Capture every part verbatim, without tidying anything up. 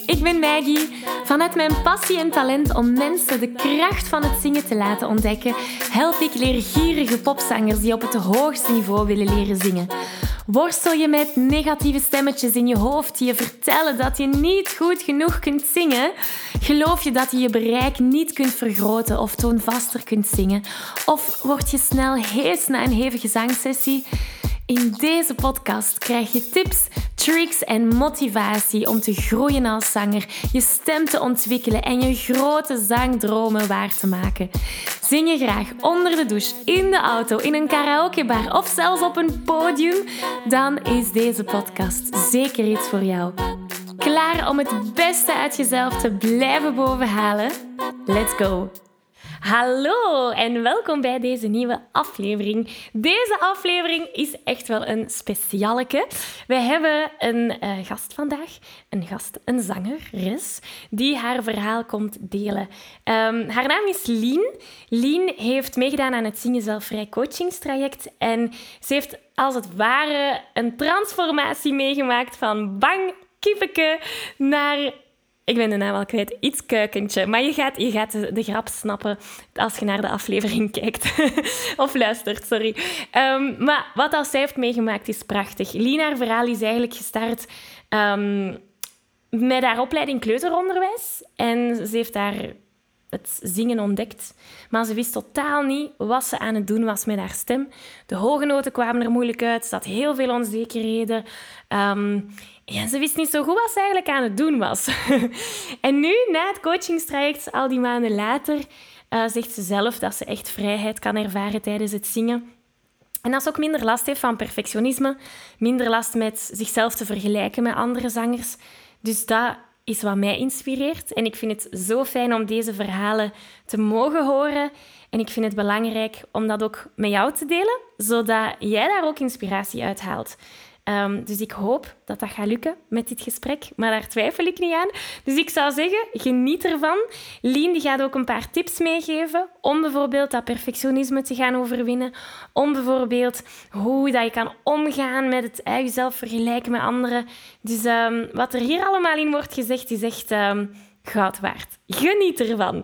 ik ben Maggie. Vanuit mijn passie en talent om mensen de kracht van het zingen te laten ontdekken, help ik leergierige popzangers die op het hoogste niveau willen leren zingen. Worstel je met negatieve stemmetjes in je hoofd die je vertellen dat je niet goed genoeg kunt zingen? Geloof je dat je je bereik niet kunt vergroten of toonvaster kunt zingen? Of word je snel hees na een hevige zangsessie? In deze podcast krijg je tips, tricks en motivatie om te groeien als zanger, je stem te ontwikkelen en je grote zangdromen waar te maken. Zing je graag onder de douche, in de auto, in een karaokebar of zelfs op een podium? Dan is deze podcast zeker iets voor jou. Klaar om het beste uit jezelf te blijven bovenhalen? Let's go! Hallo en welkom bij deze nieuwe aflevering. Deze aflevering is echt wel een specialeke. Wij hebben een uh, gast vandaag, een gast, een zangeres, die haar verhaal komt delen. Um, haar naam is Lien. Lien heeft meegedaan aan het Zingen Zelfvrij coachingstraject en ze heeft als het ware een transformatie meegemaakt van bang kippeke naar... Ik ben de naam al kwijt. Iets kuikentje. Maar je gaat, je gaat de, de grap snappen als je naar de aflevering kijkt. Of luistert, sorry. Um, maar wat als zij heeft meegemaakt is prachtig. Lien, haar verhaal is eigenlijk gestart um, met haar opleiding kleuteronderwijs. En ze heeft daar het zingen ontdekt. Maar ze wist totaal niet wat ze aan het doen was met haar stem. De hoge noten kwamen er moeilijk uit. Ze had heel veel onzekerheden. Um, Ja, ze wist niet zo goed wat ze eigenlijk aan het doen was. En nu, na het coachingstraject, al die maanden later, uh, zegt ze zelf dat ze echt vrijheid kan ervaren tijdens het zingen. En dat ze ook minder last heeft van perfectionisme, minder last met zichzelf te vergelijken met andere zangers. Dus dat is wat mij inspireert. En ik vind het zo fijn om deze verhalen te mogen horen. En ik vind het belangrijk om dat ook met jou te delen, zodat jij daar ook inspiratie uit haalt. Um, dus ik hoop dat dat gaat lukken met dit gesprek, maar daar twijfel ik niet aan. Dus ik zou zeggen, geniet ervan. Lien die gaat ook een paar tips meegeven om bijvoorbeeld dat perfectionisme te gaan overwinnen. Om bijvoorbeeld hoe dat je kan omgaan met het eh, jezelf vergelijken met anderen. Dus um, wat er hier allemaal in wordt gezegd, is echt um, goud waard. Geniet ervan.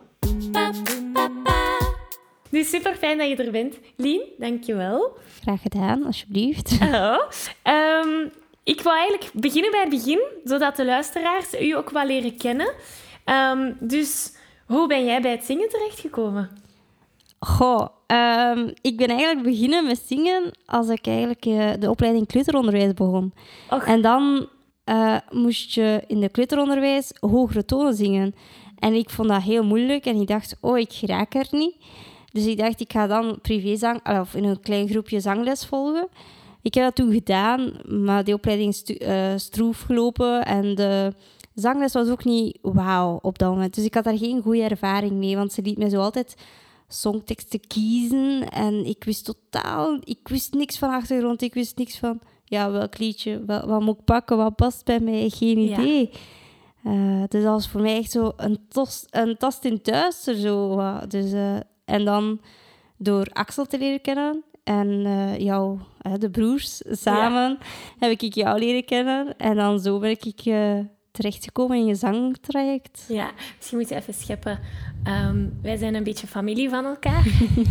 Dus super fijn dat je er bent. Lien, dank je wel. Graag gedaan, alsjeblieft. Oh. Um, ik wil eigenlijk beginnen bij het begin, zodat de luisteraars u ook wel leren kennen. Um, dus hoe ben jij bij het zingen terechtgekomen? Goh, um, ik ben eigenlijk beginnen met zingen als ik eigenlijk uh, de opleiding kleuteronderwijs begon. Och. En dan uh, moest je in de kleuteronderwijs hogere tonen zingen. En ik vond dat heel moeilijk en ik dacht, oh, ik geraak er niet. Dus ik dacht, ik ga dan privézang, of in een klein groepje zangles volgen. Ik heb dat toen gedaan, maar die opleiding is stu- uh, stroef gelopen. En de zangles was ook niet wauw op dat moment. Dus ik had daar geen goede ervaring mee, want ze liet mij zo altijd songteksten kiezen. En ik wist totaal, ik wist niks van achtergrond. Ik wist niks van, ja, welk liedje, wel, wat moet ik pakken, wat past bij mij, geen idee. Ja. Uh, dus dat was voor mij echt zo een, tos, een tast in het duister. Zo, uh, dus... Uh, En dan door Axel te leren kennen en uh, jou, uh, de broers, samen ja. heb ik jou leren kennen. En dan zo ben ik uh, terechtgekomen in je zangtraject. Ja, misschien moet je even scheppen. Um, wij zijn een beetje familie van elkaar.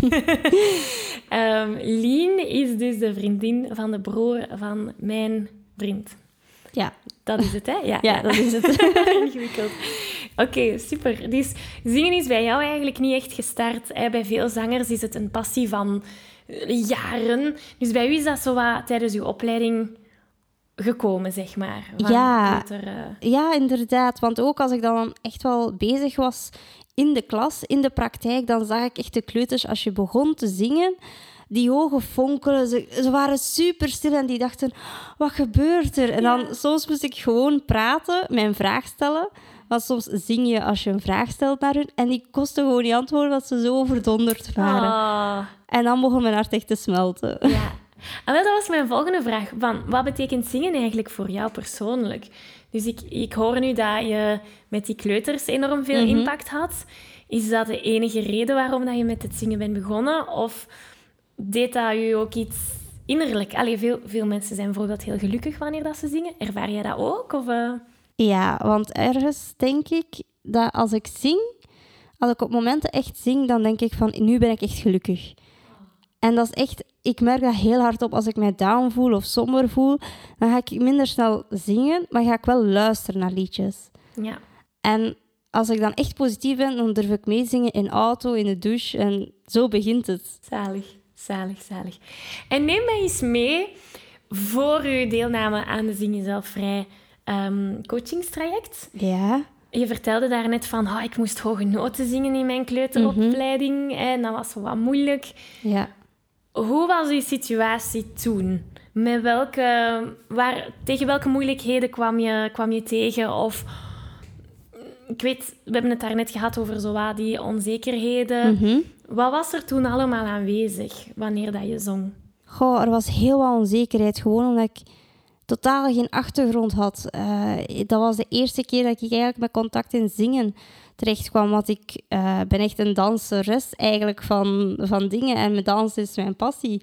um, Lien is dus de vriendin van de broer van mijn vriend. Ja. Dat is het, hè? Ja, ja, ja. dat is het. Ingewikkeld. Oké, okay, super. Dus zingen is bij jou eigenlijk niet echt gestart. Hè? Bij veel zangers is het een passie van jaren. Dus bij u is dat zo wat tijdens uw opleiding gekomen, zeg maar. Van ja. Er, uh... ja, inderdaad. Want ook als ik dan echt wel bezig was in de klas, in de praktijk, dan zag ik echt de kleuters, als je begon te zingen... Die ogen fonkelen, ze, ze waren super stil en die dachten, wat gebeurt er? En dan ja. soms moest ik gewoon praten, mijn vraag stellen. Want soms zing je als je een vraag stelt naar hun. En die kosten gewoon niet antwoorden, dat ze zo overdonderd waren. Oh. En dan begon mijn hart echt te smelten. Ja. En wel, dat was mijn volgende vraag. Van, wat betekent zingen eigenlijk voor jou persoonlijk? Dus ik, ik hoor nu dat je met die kleuters enorm veel mm-hmm. impact had. Is dat de enige reden waarom dat je met het zingen bent begonnen? Of... deed dat je ook iets innerlijk? Allee, veel, veel mensen zijn bijvoorbeeld heel gelukkig wanneer dat ze zingen. Ervaar jij dat ook? Of, uh... Ja, want ergens denk ik dat als ik zing, als ik op momenten echt zing, dan denk ik van, nu ben ik echt gelukkig. En dat is echt, ik merk dat heel hard op als ik mij down voel of somber voel. Dan ga ik minder snel zingen, maar ga ik wel luisteren naar liedjes. Ja. En als ik dan echt positief ben, dan durf ik meezingen in auto, in de douche. En zo begint het. Zalig, zalig, zalig. En neem mij eens mee voor uw deelname aan de Zing Jezelf Vrij um, coachingstraject. Ja. Je vertelde daarnet van, oh, ik moest hoge noten zingen in mijn kleuteropleiding. Mm-hmm. En dat was wat moeilijk. Ja. Hoe was uw situatie toen? Met welke, waar, tegen welke moeilijkheden kwam je, kwam je tegen? Of, ik weet, we hebben het daarnet gehad over zo wat die onzekerheden. Mm-hmm. Wat was er toen allemaal aanwezig, wanneer dat je zong? Goh, er was heel wat onzekerheid. Gewoon omdat ik totaal geen achtergrond had. Uh, dat was de eerste keer dat ik eigenlijk met contact in zingen terecht kwam. Want ik uh, ben echt een danseres eigenlijk van, van dingen. En mijn dans is mijn passie.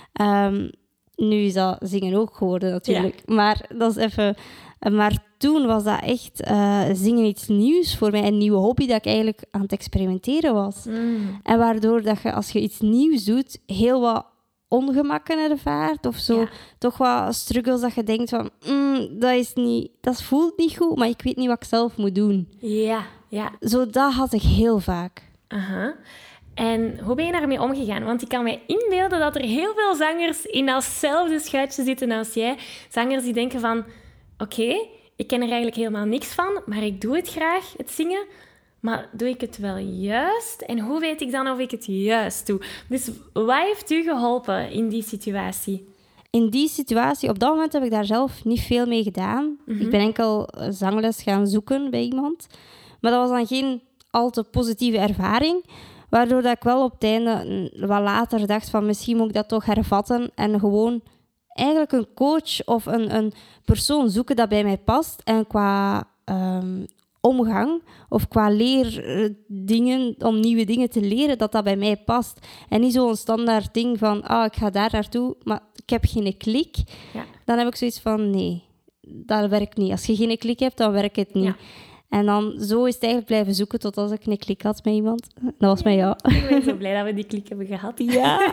Um, nu is dat zingen ook geworden natuurlijk. Ja. Maar dat is even... Maar toen was dat echt uh, zingen iets nieuws voor mij. Een nieuwe hobby dat ik eigenlijk aan het experimenteren was. Mm. En waardoor dat je, als je iets nieuws doet, heel wat ongemakken ervaart. Of zo, ja. Toch wat struggles dat je denkt van... Mm, dat, is niet, dat voelt niet goed, maar ik weet niet wat ik zelf moet doen. Ja, ja. Zo, dat had ik heel vaak. Uh-huh. En hoe ben je daarmee omgegaan? Want ik kan me inbeelden dat er heel veel zangers in datzelfde schuitje zitten als jij. Zangers die denken van... Oké, okay, ik ken er eigenlijk helemaal niks van, maar ik doe het graag, het zingen. Maar doe ik het wel juist? En hoe weet ik dan of ik het juist doe? Dus wat heeft u geholpen in die situatie? In die situatie, op dat moment heb ik daar zelf niet veel mee gedaan. Mm-hmm. Ik ben enkel zangles gaan zoeken bij iemand. Maar dat was dan geen al te positieve ervaring. Waardoor dat ik wel op het einde wat later dacht van misschien moet ik dat toch hervatten en gewoon... Eigenlijk een coach of een, een persoon zoeken dat bij mij past. En qua um, omgang of qua leerdingen, om nieuwe dingen te leren, dat dat bij mij past. En niet zo'n standaard ding van, ah, ik ga daar naartoe, maar ik heb geen klik. Ja. Dan heb ik zoiets van, nee, dat werkt niet. Als je geen klik hebt, dan werkt het niet. Ja. En dan zo is het eigenlijk blijven zoeken totdat ik een klik had met iemand. Dat was met jou. Ik ben zo blij dat we die klik hebben gehad. Ja.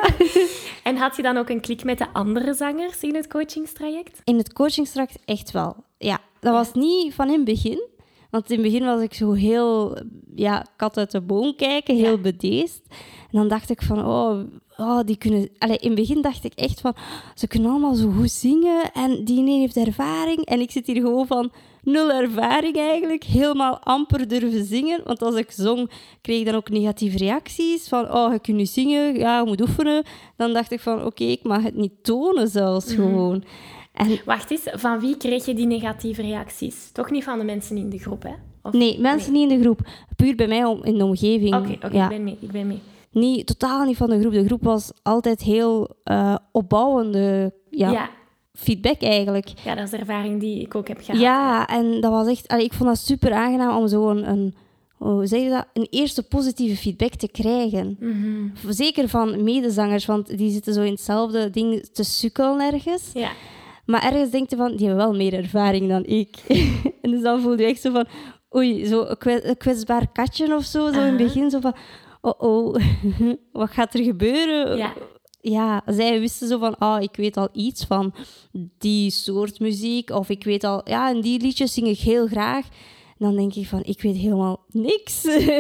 En had je dan ook een klik met de andere zangers in het coachingstraject? In het coachingstraject echt wel. Ja, dat was niet van in het begin. Want in het begin was ik zo heel... Ja, kat uit de boom kijken, heel ja. bedeesd. En dan dacht ik van, oh, oh die kunnen... Allee, in het begin dacht ik echt van, ze kunnen allemaal zo goed zingen. En die ene heeft ervaring. En ik zit hier gewoon van... Nul ervaring eigenlijk, helemaal amper durven zingen. Want als ik zong, kreeg ik dan ook negatieve reacties. Van, oh, je kunt niet zingen, ja, je moet oefenen. Dan dacht ik van, oké, okay, ik mag het niet tonen zelfs mm. gewoon. En... Wacht eens, van wie kreeg je die negatieve reacties? Toch niet van de mensen in de groep, hè? Of... Nee, mensen nee. niet in de groep. Puur bij mij om, in de omgeving. Oké, okay, okay, ja. ik ben mee, ik ben mee. Nee, totaal niet van de groep. De groep was altijd heel uh, opbouwende... Ja. ja. feedback eigenlijk. Ja, dat is de ervaring die ik ook heb gehad. Ja, en dat was echt... Allee, ik vond dat super aangenaam om zo een, een... Hoe zeg je dat? Een eerste positieve feedback te krijgen. Mm-hmm. Zeker van medezangers, want die zitten zo in hetzelfde ding te sukkelen ergens. Ja. Maar ergens denk je van, die hebben wel meer ervaring dan ik. En dus dan voel je echt zo van... Oei, zo een kwetsbaar katje of zo. Zo uh-huh. in het begin zo van... Oh, oh. Wat gaat er gebeuren? Ja. Ja, zij wisten zo van, ah, oh, ik weet al iets van die soort muziek. Of ik weet al, ja, en die liedjes zing ik heel graag. En dan denk ik van, ik weet helemaal niks.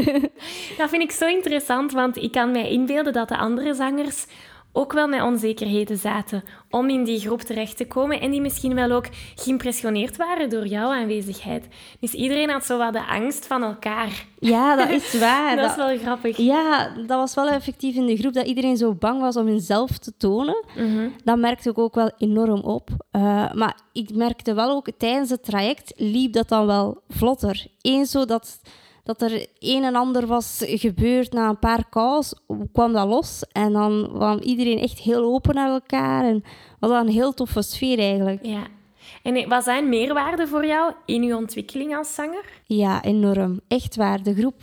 Dat vind ik zo interessant, want ik kan mij inbeelden dat de andere zangers ook wel met onzekerheden zaten om in die groep terecht te komen en die misschien wel ook geïmpressioneerd waren door jouw aanwezigheid. Dus iedereen had zo wat de angst van elkaar. Ja, dat is waar. dat, dat is wel grappig. Ja, dat was wel effectief in de groep, dat iedereen zo bang was om hunzelf te tonen. Mm-hmm. Dat merkte ik ook wel enorm op. Uh, maar ik merkte wel ook, tijdens het traject liep dat dan wel vlotter. Eens zo dat... dat er een en ander was gebeurd na een paar calls, kwam dat los. En dan kwam iedereen echt heel open naar elkaar. En was dat een heel toffe sfeer eigenlijk. Ja. En was dat een meerwaarde voor jou in je ontwikkeling als zanger? Ja, enorm. Echt waar. De groep was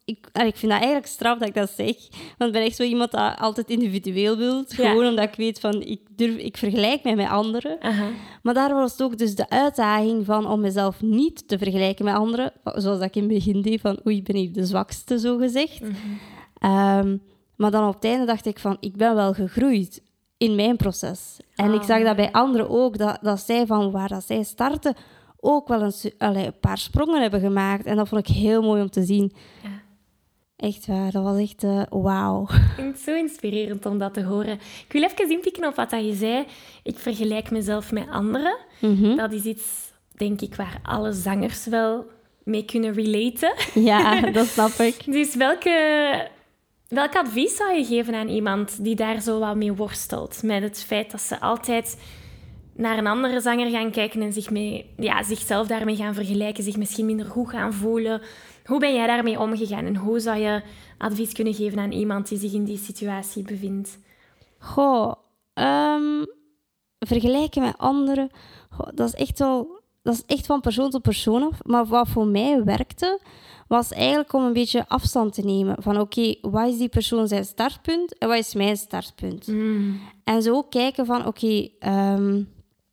Ik, ik vind dat eigenlijk straf dat ik dat zeg. Want ik ben echt zo iemand dat altijd individueel wil. Ja. Gewoon omdat ik weet van, ik, durf, ik vergelijk mij met anderen. Uh-huh. Maar daar was het ook dus de uitdaging van om mezelf niet te vergelijken met anderen. Zoals dat ik in het begin deed, van oei, ben ik de zwakste, zo gezegd. Uh-huh. Um, maar dan op het einde dacht ik van, ik ben wel gegroeid in mijn proces. En oh. ik zag dat bij anderen ook, dat, dat zij van waar dat zij starten, ook wel een, allee, een paar sprongen hebben gemaakt. En dat vond ik heel mooi om te zien. Ja. Echt waar, dat was echt uh, wauw. Ik vind het zo inspirerend om dat te horen. Ik wil even inpikken op wat je zei. Ik vergelijk mezelf met anderen. Mm-hmm. Dat is iets, denk ik, waar alle zangers wel mee kunnen relaten. Ja, dat snap ik. Dus welke, welk advies zou je geven aan iemand die daar zo wat mee worstelt? Met het feit dat ze altijd naar een andere zanger gaan kijken en zich mee, ja, zichzelf daarmee gaan vergelijken, zich misschien minder goed gaan voelen. Hoe ben jij daarmee omgegaan en hoe zou je advies kunnen geven aan iemand die zich in die situatie bevindt? Goh, um, vergelijken met anderen, goh, dat is echt wel, dat is echt van persoon tot persoon af. Maar wat voor mij werkte, was eigenlijk om een beetje afstand te nemen. Van oké, okay, wat is die persoon zijn startpunt en wat is mijn startpunt? Mm. En zo kijken van oké, okay, um,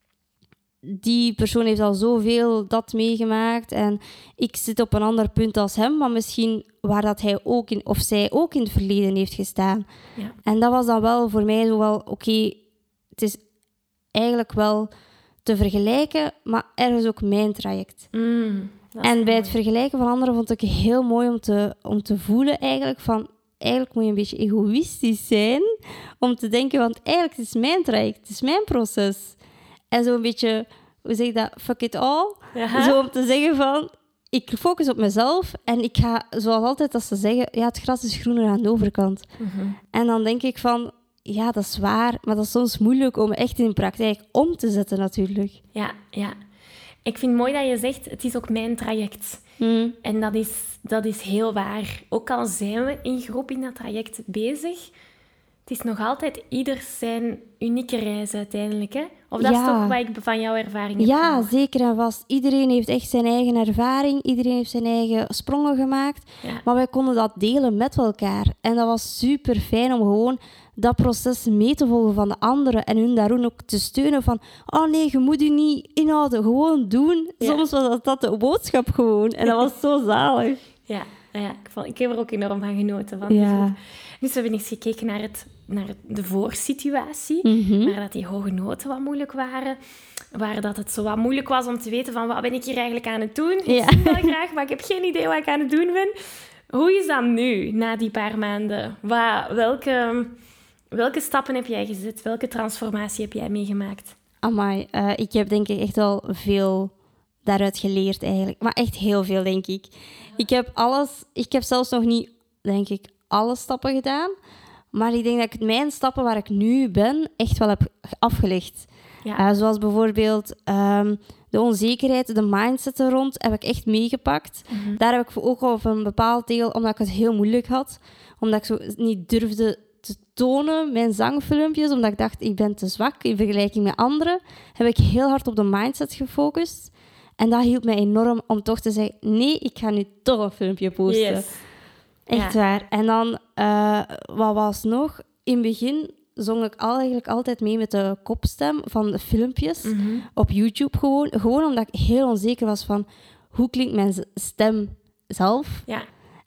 die persoon heeft al zoveel dat meegemaakt en ik zit op een ander punt als hem, maar misschien waar dat hij ook in, of zij ook in het verleden heeft gestaan. Ja. En dat was dan wel voor mij zo wel, oké, okay, het is eigenlijk wel te vergelijken, maar ergens ook mijn traject. Mm, en bij mooi. Het vergelijken van anderen vond ik heel mooi om te, om te voelen eigenlijk van, eigenlijk moet je een beetje egoïstisch zijn om te denken, want eigenlijk het is mijn traject, het is mijn proces. En zo een beetje, hoe zeg je dat, fuck it all. Ja. Zo om te zeggen van, ik focus op mezelf en ik ga, zoals altijd als ze zeggen, ja, het gras is groener aan de overkant. Uh-huh. En dan denk ik van, ja, dat is waar, maar dat is soms moeilijk om echt in de praktijk om te zetten natuurlijk. Ja, ja. Ik vind het mooi dat je zegt, het is ook mijn traject. Mm. En dat is, dat is heel waar. Ook al zijn we in groep in dat traject bezig, het is nog altijd ieder zijn unieke reis uiteindelijk, hè? Of dat ja. is toch wat ik van jouw ervaring heb Ja, gemaakt? Zeker en vast. Iedereen heeft echt zijn eigen ervaring. Iedereen heeft zijn eigen sprongen gemaakt. Ja. Maar wij konden dat delen met elkaar. En dat was super fijn om gewoon dat proces mee te volgen van de anderen. En hun daarom ook te steunen van, oh nee, je moet je niet inhouden. Gewoon doen. Ja. Soms was dat, dat de boodschap gewoon. En dat was zo zalig. Ja, ja ik, vond, ik heb er ook enorm van genoten. Van ja. Dus we hebben eens gekeken naar, het, naar de voorsituatie, mm-hmm. maar dat die hoge noten wat moeilijk waren. Waar dat het zo wat moeilijk was om te weten van, wat ben ik hier eigenlijk aan het doen? Ik ja. zie wel graag, maar ik heb geen idee wat ik aan het doen ben. Hoe is dat nu, na die paar maanden? Wat, welke, welke stappen heb jij gezet? Welke transformatie heb jij meegemaakt? Amai, uh, ik heb denk ik echt wel veel daaruit geleerd eigenlijk. Maar echt heel veel, denk ik. Ik heb alles... Ik heb zelfs nog niet, denk ik, alle stappen gedaan. Maar ik denk dat ik mijn stappen waar ik nu ben echt wel heb afgelegd. Ja. Uh, zoals bijvoorbeeld um, de onzekerheid, de mindset er rond, heb ik echt meegepakt. Mm-hmm. Daar heb ik ook op een bepaald deel, omdat ik het heel moeilijk had, omdat ik zo niet durfde te tonen, mijn zangfilmpjes, omdat ik dacht, ik ben te zwak in vergelijking met anderen, heb ik heel hard op de mindset gefocust. En dat hielp mij enorm om toch te zeggen, nee, ik ga nu toch een filmpje posten. Yes. Echt ja. waar. En dan, uh, wat was nog? In het begin zong ik al, eigenlijk altijd mee met de kopstem van de filmpjes. Mm-hmm. Op YouTube gewoon. Gewoon omdat ik heel onzeker was van, hoe klinkt mijn stem zelf? Ja.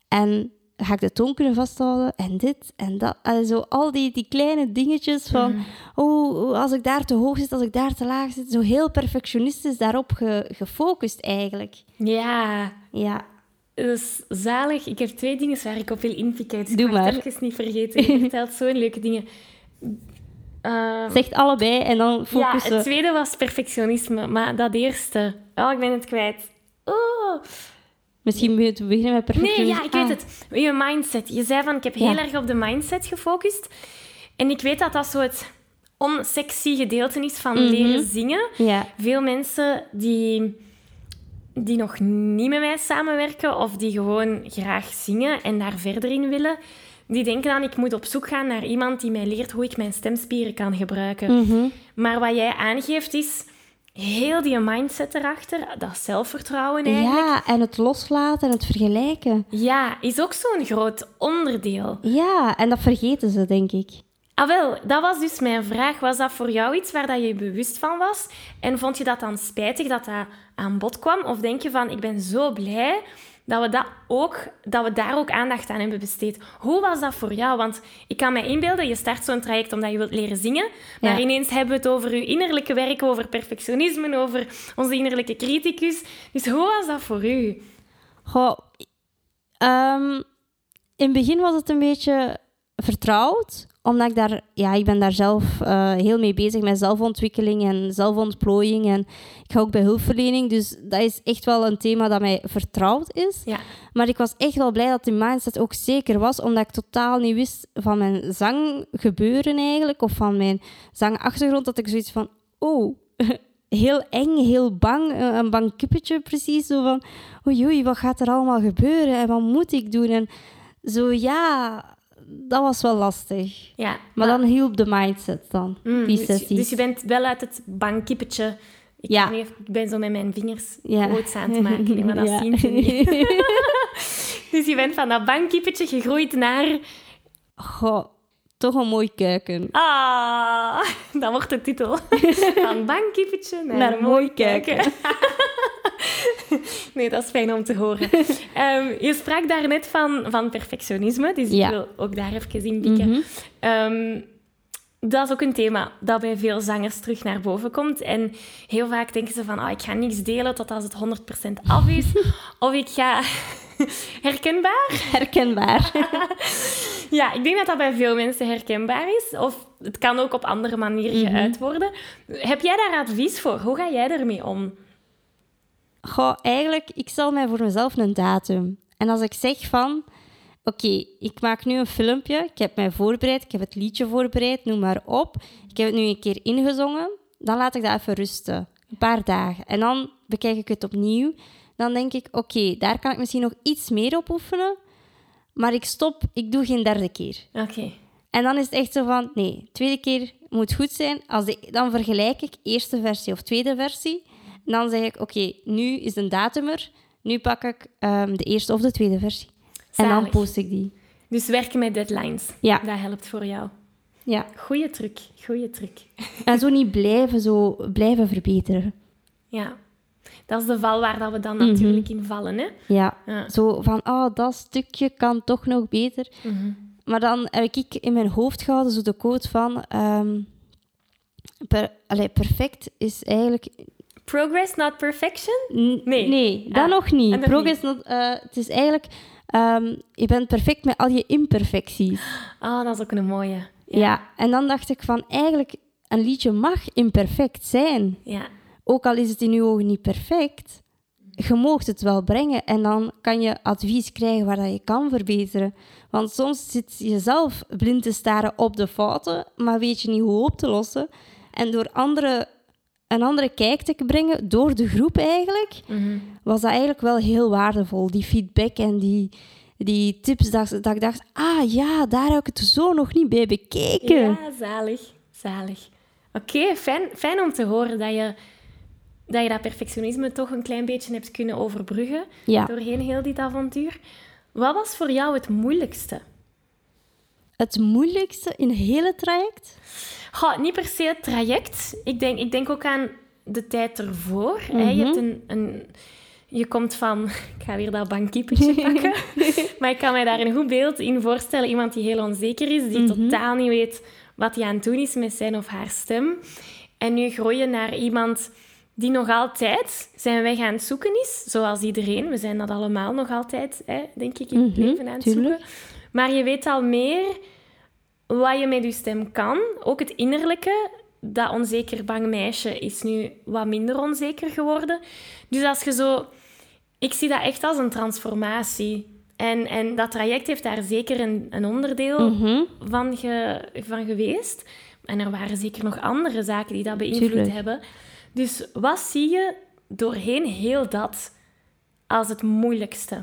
En ga ik de toon kunnen vasthouden? En dit en dat. En zo al die, die kleine dingetjes van, mm. oh, als ik daar te hoog zit, als ik daar te laag zit. Zo heel perfectionistisch daarop ge, gefocust eigenlijk. Ja. Ja. Dus zalig. Ik heb twee dingen waar ik op wil inpikken. Dus Doe ik mag maar. het even niet vergeten. Je vertelt zo'n leuke dingen. Uh, Zeg allebei en dan focussen. Ja, het tweede was perfectionisme. Maar dat eerste... Oh, ik ben het kwijt. Oh. Misschien moet je beginnen met perfectionisme. Nee, ja, ik weet het. Je mindset. Je zei van, ik heb heel ja. erg op de mindset gefocust. En ik weet dat dat zo het onsexy gedeelte is van mm-hmm. leren zingen. Ja. Veel mensen die... die nog niet met mij samenwerken of die gewoon graag zingen en daar verder in willen, die denken dan, ik moet op zoek gaan naar iemand die mij leert hoe ik mijn stemspieren kan gebruiken. Mm-hmm. Maar wat jij aangeeft is, heel die mindset erachter, dat zelfvertrouwen eigenlijk. Ja, en het loslaten en het vergelijken. Ja, is ook zo'n groot onderdeel. Ja, en dat vergeten ze, denk ik. Ah wel, dat was dus mijn vraag. Was dat voor jou iets waar dat je je bewust van was? En vond je dat dan spijtig dat dat aan bod kwam? Of denk je van, ik ben zo blij dat we, dat ook, dat we daar ook aandacht aan hebben besteed. Hoe was dat voor jou? Want ik kan me inbeelden, je start zo'n traject omdat je wilt leren zingen. Maar ja. ineens hebben we het over je innerlijke werk, over perfectionisme, over onze innerlijke criticus. Dus hoe was dat voor u? Goh, um, in het begin was het een beetje vertrouwd. Omdat ik daar, ja, ik ben daar zelf uh, heel mee bezig met zelfontwikkeling en zelfontplooiing. En ik ga ook bij hulpverlening. Dus dat is echt wel een thema dat mij vertrouwd is. Ja. Maar ik was echt wel blij dat die mindset ook zeker was. Omdat ik totaal niet wist van mijn zanggebeuren eigenlijk. Of van mijn zangachtergrond. Dat ik zoiets van, oh, heel eng, heel bang. Een bang kippetje precies. Zo van, oei, oei, wat gaat er allemaal gebeuren? En wat moet ik doen? En zo, ja... Dat was wel lastig. Ja, maar, maar dan hielp de mindset dan, mm, die sessie. Dus, dus je bent wel uit het bankkippetje... Ik, ja. niet, ik ben zo met mijn vingers ja. quotes aan te maken, nee, maar dat ja. zien ze niet. Dus je bent van dat bankkippetje gegroeid naar... Goh, toch een mooi kuiken. Ah, dat wordt de titel. Van bankkippetje naar, naar een mooi kuiken. kuiken. Nee, dat is fijn om te horen. Um, je sprak daarnet van, van perfectionisme, dus ja. ik wil ook daar even in pikken. Mm-hmm. Um, dat is ook een thema dat bij veel zangers terug naar boven komt. En heel vaak denken ze van, oh, ik ga niks delen tot als het honderd procent af is. Of ik ga... Herkenbaar? Herkenbaar. Ja, ik denk dat dat bij veel mensen herkenbaar is. Of het kan ook op andere manieren mm-hmm. geuit worden. Heb jij daar advies voor? Hoe ga jij ermee om? Goh, eigenlijk, ik stel mij voor mezelf een datum. En als ik zeg van... Oké, okay, ik maak nu een filmpje. Ik heb mij voorbereid. Ik heb het liedje voorbereid. Noem maar op. Ik heb het nu een keer ingezongen. Dan laat ik dat even rusten. Een paar dagen. En dan bekijk ik het opnieuw. Dan denk ik, oké, okay, daar kan ik misschien nog iets meer op oefenen. Maar ik stop. Ik doe geen derde keer. Oké. Okay. En dan is het echt zo van... Nee, tweede keer moet goed zijn. Als de, dan vergelijk ik eerste versie of tweede versie... En dan zeg ik, oké, okay, nu is een datum er. Nu pak ik um, de eerste of de tweede versie. Zalig. En dan post ik die. Dus werken met deadlines. Ja. Dat helpt voor jou. Ja. Goeie truc, goeie truc. En zo niet blijven, zo blijven verbeteren. Ja. Dat is de val waar dat we dan mm-hmm. natuurlijk in vallen, hè? Ja. ja. Zo van, oh, dat stukje kan toch nog beter. Mm-hmm. Maar dan heb ik in mijn hoofd gehouden zo de quote van... Um, per, allee, perfect is eigenlijk... Progress, not perfection? Nee, nee dat ah, nog niet. Progress, niet. Not, uh, het is eigenlijk... Um, je bent perfect met al je imperfecties. Ah, oh, dat is ook een mooie. Ja. ja, en dan dacht ik van... Eigenlijk, een liedje mag imperfect zijn. Ja. Ook al is het in je ogen niet perfect... Je moogt het wel brengen. En dan kan je advies krijgen waar dat je kan verbeteren. Want soms zit je zelf blind te staren op de fouten... maar weet je niet hoe op te lossen. En door andere... een andere kijk te brengen, door de groep eigenlijk, mm-hmm. was dat eigenlijk wel heel waardevol. Die feedback en die, die tips, dat, dat ik dacht, ah ja, daar heb ik het zo nog niet bij bekeken. Ja, zalig. Zalig. Oké, okay, fijn, fijn om te horen dat je, dat je dat perfectionisme toch een klein beetje hebt kunnen overbruggen ja. doorheen heel dit avontuur. Wat was voor jou het moeilijkste? Het moeilijkste in het hele traject? Goh, niet per se het traject. Ik denk, ik denk ook aan de tijd ervoor. Mm-hmm. Hè. Je, hebt een, een, je komt van... Ik ga weer dat bankkippetje pakken. Maar ik kan mij daar een goed beeld in voorstellen. Iemand die heel onzeker is, die mm-hmm. totaal niet weet wat hij aan het doen is met zijn of haar stem. En nu groei je naar iemand die nog altijd zijn weg aan het zoeken is. Zoals iedereen. We zijn dat allemaal nog altijd, hè, denk ik, in het mm-hmm, leven aan het tuurlijk. zoeken. Maar je weet al meer... wat je met je stem kan. Ook het innerlijke. Dat onzeker bang meisje is nu wat minder onzeker geworden. Dus als je zo... Ik zie dat echt als een transformatie. En, en dat traject heeft daar zeker een, een onderdeel mm-hmm. van, ge, van geweest. En er waren zeker nog andere zaken die dat beïnvloed Tuurlijk. hebben. Dus wat zie je doorheen heel dat als het moeilijkste?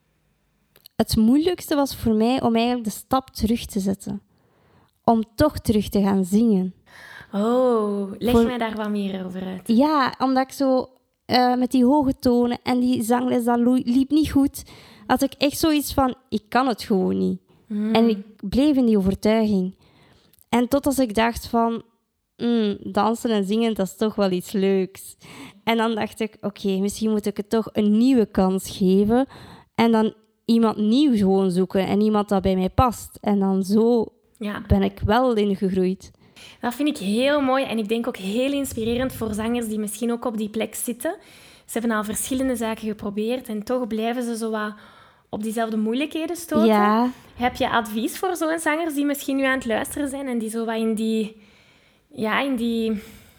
Het moeilijkste was voor mij om eigenlijk de stap terug te zetten. Om toch terug te gaan zingen. Oh, leg Voor... mij daar wat meer over uit. Ja, omdat ik zo uh, met die hoge tonen en die zangles, dat lo- liep niet goed. Had ik echt zoiets van, ik kan het gewoon niet. Mm. En ik bleef in die overtuiging. En tot als ik dacht van, mm, dansen en zingen, dat is toch wel iets leuks. En dan dacht ik, oké, okay, misschien moet ik het toch een nieuwe kans geven. En dan iemand nieuw gewoon zoeken en iemand dat bij mij past. En dan zo ja. ben ik wel in gegroeid. Dat vind ik heel mooi en ik denk ook heel inspirerend voor zangers die misschien ook op die plek zitten. Ze hebben al verschillende zaken geprobeerd en toch blijven ze zo wat op diezelfde moeilijkheden stoten. Ja. Heb je advies voor zo'n zangers die misschien nu aan het luisteren zijn en die zo wat in die... Ja, in die...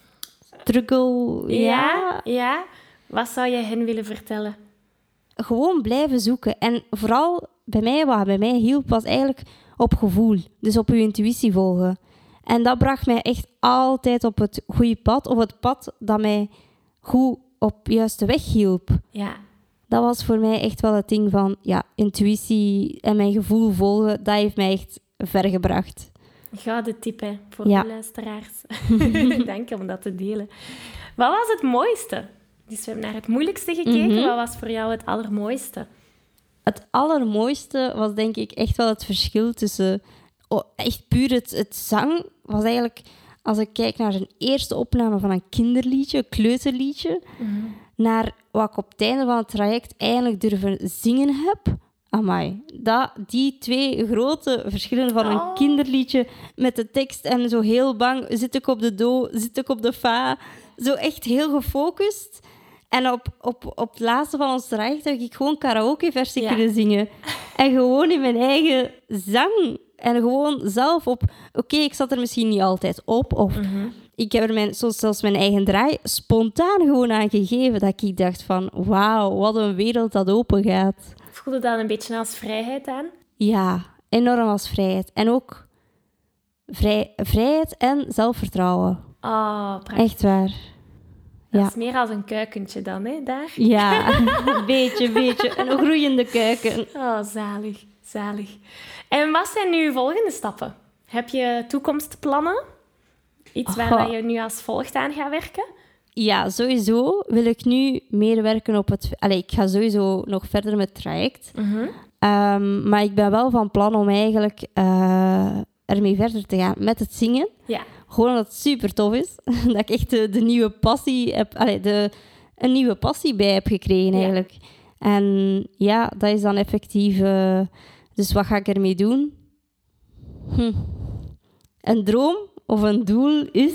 Struggle, ja. ja. Ja, wat zou je hen willen vertellen? Gewoon blijven zoeken. En vooral bij mij, wat bij mij hielp, was eigenlijk op gevoel. Dus op je intuïtie volgen. En dat bracht mij echt altijd op het goede pad. Op het pad dat mij goed op de juiste weg hielp. Ja. Dat was voor mij echt wel het ding van... Ja, intuïtie en mijn gevoel volgen, dat heeft mij echt ver gebracht. Gouden tip, hè, voor ja. de luisteraars. Dank je om dat te delen. Wat was het mooiste? Dus we hebben naar het moeilijkste gekeken. Mm-hmm. Wat was voor jou het allermooiste? Het allermooiste was denk ik echt wel het verschil tussen... Oh, echt puur het, het zang was eigenlijk... Als ik kijk naar een eerste opname van een kinderliedje, een kleuterliedje... Mm-hmm. Naar wat ik op het einde van het traject eigenlijk durven zingen heb... Amai, dat, die twee grote verschillen van een oh. kinderliedje met de tekst en zo heel bang, zit ik op de do, zit ik op de fa, zo echt heel gefocust. En op, op, op het laatste van ons traject heb ik gewoon karaoke-versie ja. kunnen zingen. En gewoon in mijn eigen zang. En gewoon zelf op... Oké, okay, ik zat er misschien niet altijd op, of mm-hmm. ik heb er mijn, soms zelfs mijn eigen draai spontaan gewoon aan gegeven, dat ik dacht van, wauw, wat een wereld dat open gaat. Voelde dat een beetje als vrijheid aan? Ja, enorm als vrijheid. En ook vrij, vrijheid en zelfvertrouwen. Oh, prachtig. Echt waar. Dat ja. is meer als een kuikentje dan, hè, daar? Ja, een beetje, een beetje. Een groeiende kuiken. Oh, zalig, zalig. En wat zijn nu volgende stappen? Heb je toekomstplannen? Iets waar oh. je nu als volgt aan gaat werken? Ja, sowieso wil ik nu meer werken op het... Allee, ik ga sowieso nog verder met het traject. Mm-hmm. Um, maar ik ben wel van plan om eigenlijk uh, ermee verder te gaan met het zingen. Ja. Gewoon omdat het super tof is. Dat ik echt de, de nieuwe passie heb... Allee, de, een nieuwe passie bij heb gekregen, eigenlijk. Ja. En ja, dat is dan effectief... Uh, dus wat ga ik ermee doen? Hm. Een droom of een doel is...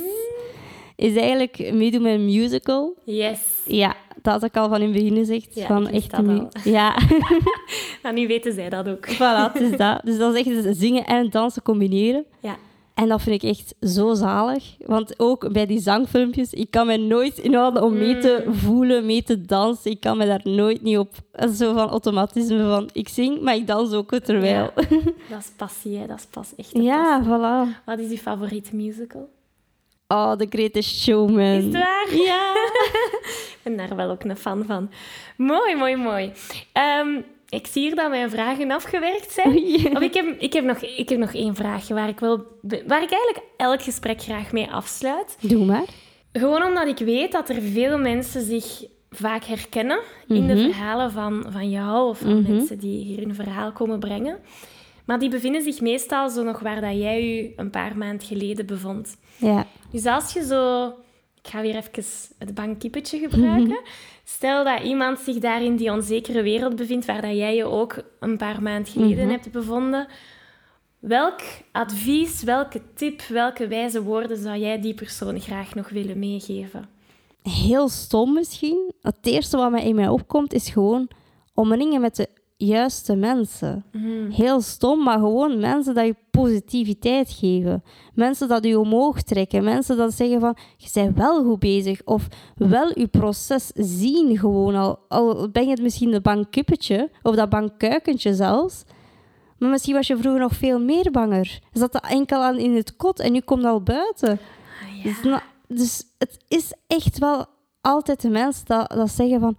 is eigenlijk meedoen met een musical. Yes. Ja, dat had ik al van in het begin gezegd. Ja, van ik echt dat al. Ja. Nou, nu weten zij dat ook. Voilà, dus dat. Dus dat is echt zingen en dansen combineren. Ja. En dat vind ik echt zo zalig. Want ook bij die zangfilmpjes, ik kan me nooit inhouden om mm. mee te voelen, mee te dansen. Ik kan me daar nooit niet op... Zo van automatisme van, ik zing, maar ik dans ook terwijl. Ja. Dat is passie, hè. Dat is pas echt een ja, passie. Voilà. Wat is je favoriete musical? Oh, The Greatest Showman. Is het waar? Ja. Ik ben daar wel ook een fan van. Mooi, mooi, mooi. Um, ik zie hier dat mijn vragen afgewerkt zijn. Ja. Of ik, heb, ik, heb nog, ik heb nog één vraagje waar ik, wil, waar ik eigenlijk elk gesprek graag mee afsluit. Doe maar. Gewoon omdat ik weet dat er veel mensen zich vaak herkennen in mm-hmm. de verhalen van, van jou of van mm-hmm. mensen die hier hun verhaal komen brengen. Maar die bevinden zich meestal zo nog waar dat jij je een paar maanden geleden bevond. Ja. Dus als je zo... Ik ga weer even het bankkippetje gebruiken. Stel dat iemand zich daar in die onzekere wereld bevindt, waar dat jij je ook een paar maanden geleden mm-hmm. hebt bevonden. Welk advies, welke tip, welke wijze woorden zou jij die persoon graag nog willen meegeven? Heel stom misschien. Het eerste wat mij in mij opkomt is gewoon omringen met de juiste mensen. Mm. Heel stom, maar gewoon mensen dat je positiviteit geven. Mensen dat je omhoog trekken. Mensen dat zeggen van, je bent wel goed bezig. Of wel je proces zien gewoon al. Al ben je het misschien de bankkippetje, of dat bankkuikentje zelfs. Maar misschien was je vroeger nog veel meer banger. Je zat enkel aan in het kot en nu komt al buiten. Ah, ja. dus, nou, dus het is echt wel altijd de mensen dat, dat zeggen van,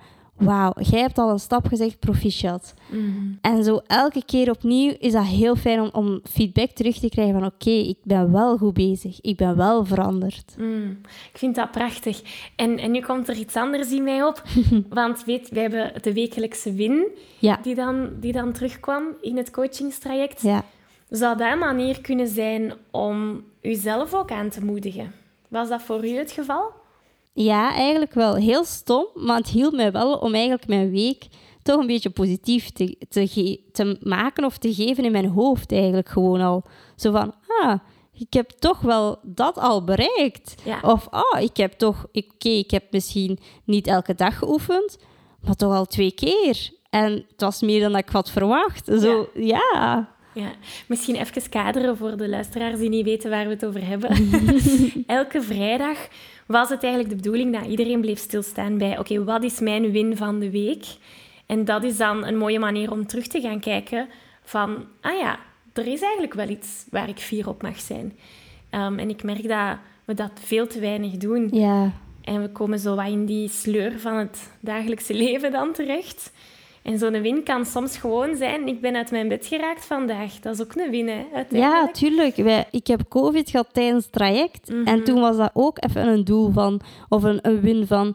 wauw, jij hebt al een stap gezegd, proficiat. Mm. En zo elke keer opnieuw is dat heel fijn om, om feedback terug te krijgen van oké, okay, ik ben wel goed bezig. Ik ben wel veranderd. Mm. Ik vind dat prachtig. En, en nu komt er iets anders in mij op. Want weet, we hebben de wekelijkse win ja. die, dan, die dan terugkwam in het coachingstraject. Ja. Zou dat een manier kunnen zijn om uzelf ook aan te moedigen? Was dat voor u het geval? Ja, eigenlijk wel. Heel stom, maar het hielp mij wel om eigenlijk mijn week toch een beetje positief te, te, ge- te maken of te geven in mijn hoofd eigenlijk gewoon al. Zo van, ah, ik heb toch wel dat al bereikt. Ja. Of, ah, ik heb toch, oké, okay, ik heb misschien niet elke dag geoefend, maar toch al twee keer. En het was meer dan ik had verwacht. Zo, ja. ja. Ja, misschien even kaderen voor de luisteraars die niet weten waar we het over hebben. Elke vrijdag was het eigenlijk de bedoeling dat iedereen bleef stilstaan bij... Oké, okay, wat is mijn win van de week? En dat is dan een mooie manier om terug te gaan kijken van... Ah ja, er is eigenlijk wel iets waar ik fier op mag zijn. Um, en ik merk dat we dat veel te weinig doen. Ja. En we komen zo wat in die sleur van het dagelijkse leven dan terecht... En zo'n win kan soms gewoon zijn... Ik ben uit mijn bed geraakt vandaag. Dat is ook een win, hè, uiteindelijk. Ja, tuurlijk. Wij, ik heb COVID gehad tijdens het traject. Mm-hmm. En toen was dat ook even een doel van... Of een, een win van...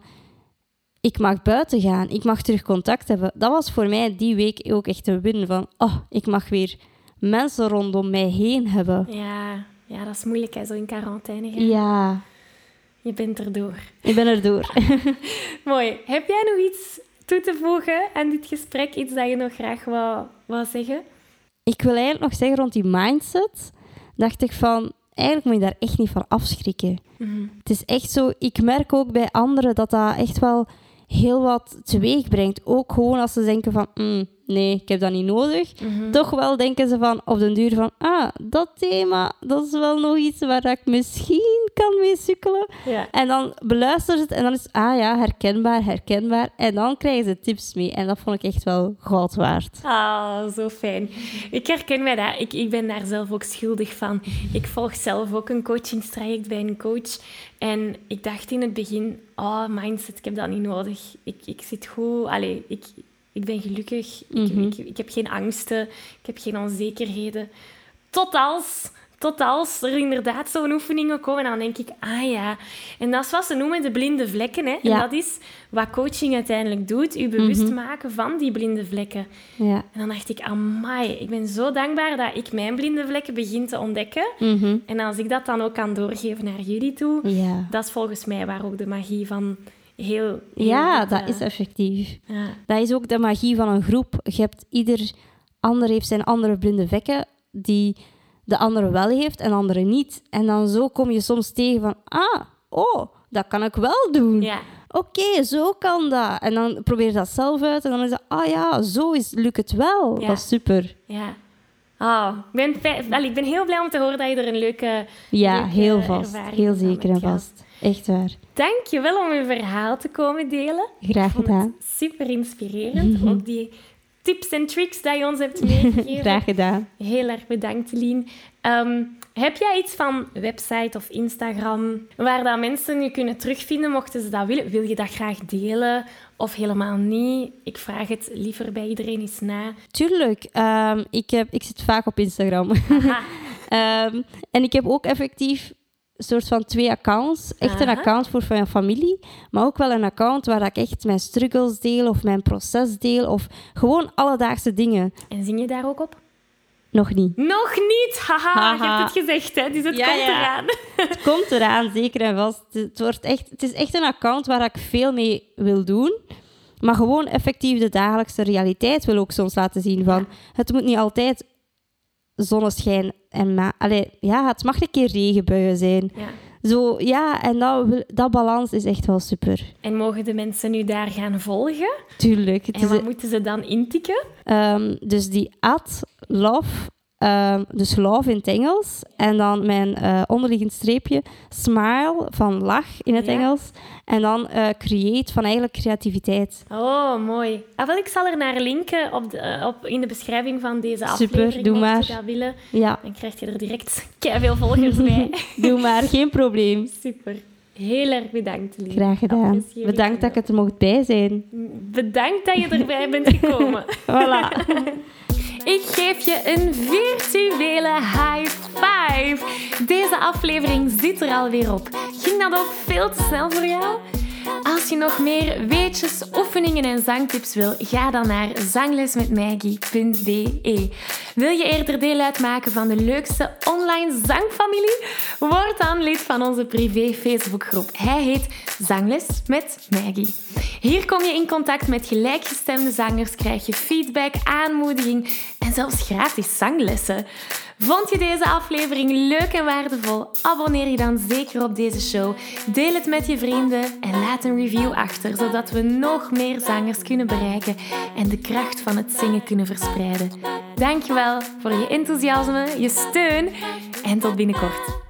Ik mag buiten gaan. Ik mag terug contact hebben. Dat was voor mij die week ook echt een win van... Oh, ik mag weer mensen rondom mij heen hebben. Ja, ja dat is moeilijk, hè, zo in quarantaine gaan. Ja. Je bent erdoor. Ik ben erdoor. Mooi. Heb jij nog iets... toe te voegen aan dit gesprek? Iets dat je nog graag wou, wou zeggen? Ik wil eigenlijk nog zeggen rond die mindset. Dacht ik van, eigenlijk moet je daar echt niet van afschrikken. Mm-hmm. Het is echt zo, ik merk ook bij anderen dat dat echt wel heel wat teweeg brengt. Ook gewoon als ze denken van, mm, nee, ik heb dat niet nodig. Mm-hmm. Toch wel denken ze van op den duur van, ah, dat thema, dat is wel nog iets waar ik misschien kan mee sukkelen. Ja. En dan beluisteren ze het en dan is het, ah ja, herkenbaar, herkenbaar. En dan krijgen ze tips mee. En dat vond ik echt wel goud waard. Ah, zo fijn. Ik herken mij dat. Ik, ik ben daar zelf ook schuldig van. Ik volg zelf ook een coachingstraject bij een coach. En ik dacht in het begin, oh, mindset, ik heb dat niet nodig. Ik, ik zit goed. Allee, ik... Ik ben gelukkig, Mm-hmm. ik, ik, ik heb geen angsten, ik heb geen onzekerheden. Tot als, tot als er inderdaad zo'n oefeningen komen, dan denk ik, ah ja. En dat is wat ze noemen de blinde vlekken. Hè? Ja. En dat is wat coaching uiteindelijk doet, je bewust Mm-hmm. maken van die blinde vlekken. Ja. En dan dacht ik, amai, ik ben zo dankbaar dat ik mijn blinde vlekken begin te ontdekken. Mm-hmm. En als ik dat dan ook kan doorgeven naar jullie toe, Ja. dat is volgens mij waar ook de magie van... Heel, heel Ja, dit, dat uh, is effectief. Ja. Dat is ook de magie van een groep. Je hebt ieder ander heeft zijn andere blinde vlekken die de andere wel heeft en de andere niet. En dan zo kom je soms tegen van, ah, oh, dat kan ik wel doen. Ja. Oké, okay, zo kan dat. En dan probeer je dat zelf uit en dan is dat, ah ja, zo is, lukt het wel. Ja. Dat is super. Ja. Oh, ik, ben fijn, wel, ik ben heel blij om te horen dat je er een leuke Ja, leuke heel vast. ervaring Heel van zeker en hebt gehad. vast. Echt waar. Dank je wel om je verhaal te komen delen. Graag Ik vond gedaan. het super inspirerend. Ook die tips en tricks die je ons hebt meegegeven. Graag gedaan. Heel erg bedankt, Lien. Um, heb jij iets van website of Instagram waar dat mensen je kunnen terugvinden, mochten ze dat willen? Wil je dat graag delen of helemaal niet? Ik vraag het liever bij iedereen eens na. Tuurlijk. Um, ik, heb, ik zit vaak op Instagram. um, en ik heb ook effectief een soort van twee accounts. Echt Aha. een account voor mijn familie, maar ook wel een account waar ik echt mijn struggles deel of mijn proces deel of gewoon alledaagse dingen. En zing je daar ook op? Nog niet. Nog niet! Haha, Haha. je hebt het gezegd, hè? Dus het Ja, komt ja. eraan. Het komt eraan, zeker en vast. Het, wordt echt, het is echt een account waar ik veel mee wil doen. Maar gewoon effectief de dagelijkse realiteit wil ook soms laten zien. Van, Ja. Het moet niet altijd zonneschijn en ma- Allee, ja, het mag een keer regenbuien zijn. Ja. Zo, ja, en dat, wil- dat balans is echt wel super. En mogen de mensen nu daar gaan volgen? Tuurlijk. Het En is wat een- moeten ze dan intikken? Ehm, dus die at love, ehm, dus love in het Engels. En dan mijn eh, onderliggend streepje smile van lach in het Ja. Engels. En dan eh, create van eigenlijk creativiteit. Oh, mooi. Ah, wel, ik zal er naar linken op de, eh, op, in de beschrijving van deze Super, aflevering. doe mocht maar. je dat willen. Ja, Dan krijg je er direct keiveel volgers bij. doe maar, geen probleem. Super. Heel erg bedankt, Lien. Graag gedaan. Bedankt dat ik het er mocht bij zijn. Bedankt dat je erbij bent gekomen. Voilà. Ik geef je een virtuele high five. Deze aflevering zit er alweer op. Ging dat ook veel te snel voor jou? Als je nog meer weetjes, oefeningen en zangtips wil, ga dan naar zanglesmetmaggie punt b e. Wil je eerder deel uitmaken van de leukste online zangfamilie? Word dan lid van onze privé Facebookgroep. Hij heet Zangles met Maggie. Hier kom je in contact met gelijkgestemde zangers, krijg je feedback, aanmoediging en zelfs gratis zanglessen. Vond je deze aflevering leuk en waardevol? Abonneer je dan zeker op deze show. Deel het met je vrienden en laat een review achter, zodat we nog meer zangers kunnen bereiken en de kracht van het zingen kunnen verspreiden. Dankjewel voor je enthousiasme, je steun en tot binnenkort.